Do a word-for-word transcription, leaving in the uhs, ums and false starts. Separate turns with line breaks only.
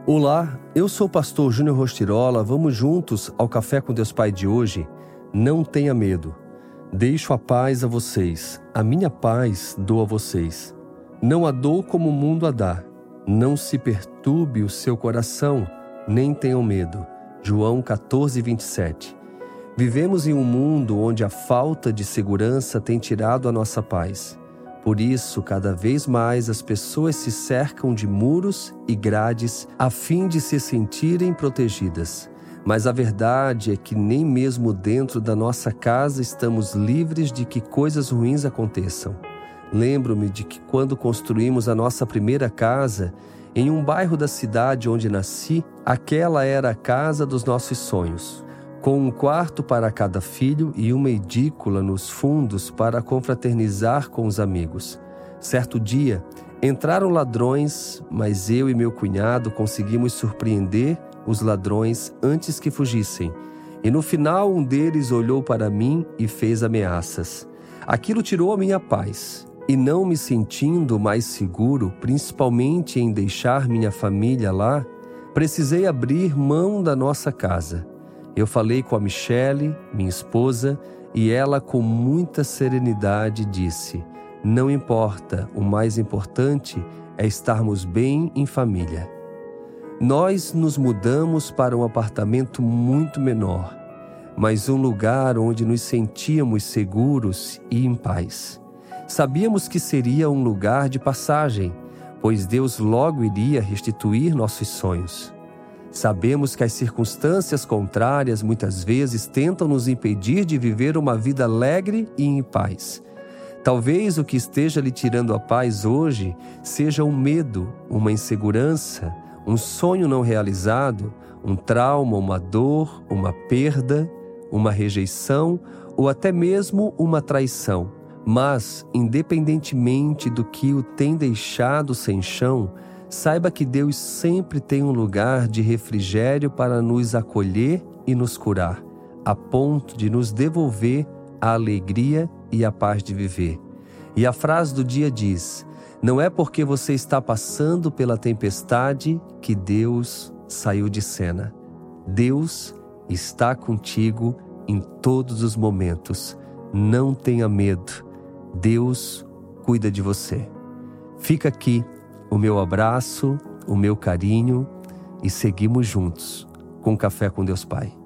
Olá, eu sou o pastor Júnior Rostirola. Vamos juntos ao Café com Deus Pai de hoje? Não tenha medo. Deixo a paz a vocês. A minha paz dou a vocês. Não a dou como o mundo a dá. Não se perturbe o seu coração, nem tenham medo. João catorze, vinte e sete. Vivemos em um mundo onde a falta de segurança tem tirado a nossa paz. Por isso, cada vez mais as pessoas se cercam de muros e grades a fim de se sentirem protegidas. Mas a verdade é que nem mesmo dentro da nossa casa estamos livres de que coisas ruins aconteçam. Lembro-me de que quando construímos a nossa primeira casa, em um bairro da cidade onde nasci, aquela era a casa dos nossos sonhos. Com um quarto para cada filho e uma edícula nos fundos para confraternizar com os amigos. Certo dia, entraram ladrões, mas eu e meu cunhado conseguimos surpreender os ladrões antes que fugissem. E no final, um deles olhou para mim e fez ameaças. Aquilo tirou a minha paz. E não me sentindo mais seguro, principalmente em deixar minha família lá, precisei abrir mão da nossa casa. Eu falei com a Michele, minha esposa, e ela com muita serenidade disse: não importa, o mais importante é estarmos bem em família. Nós nos mudamos para um apartamento muito menor, mas um lugar onde nos sentíamos seguros e em paz. Sabíamos que seria um lugar de passagem, pois Deus logo iria restituir nossos sonhos. Sabemos que as circunstâncias contrárias muitas vezes tentam nos impedir de viver uma vida alegre e em paz. Talvez o que esteja lhe tirando a paz hoje seja um medo, uma insegurança, um sonho não realizado, um trauma, uma dor, uma perda, uma rejeição ou até mesmo uma traição. Mas, independentemente do que o tem deixado sem chão, saiba que Deus sempre tem um lugar de refrigério para nos acolher e nos curar, a ponto de nos devolver a alegria e a paz de viver. E a frase do dia diz: não é porque você está passando pela tempestade que Deus saiu de cena. Deus está contigo em todos os momentos. Não tenha medo. Deus cuida de você. Fica aqui o meu abraço, o meu carinho e seguimos juntos com Café com Deus Pai.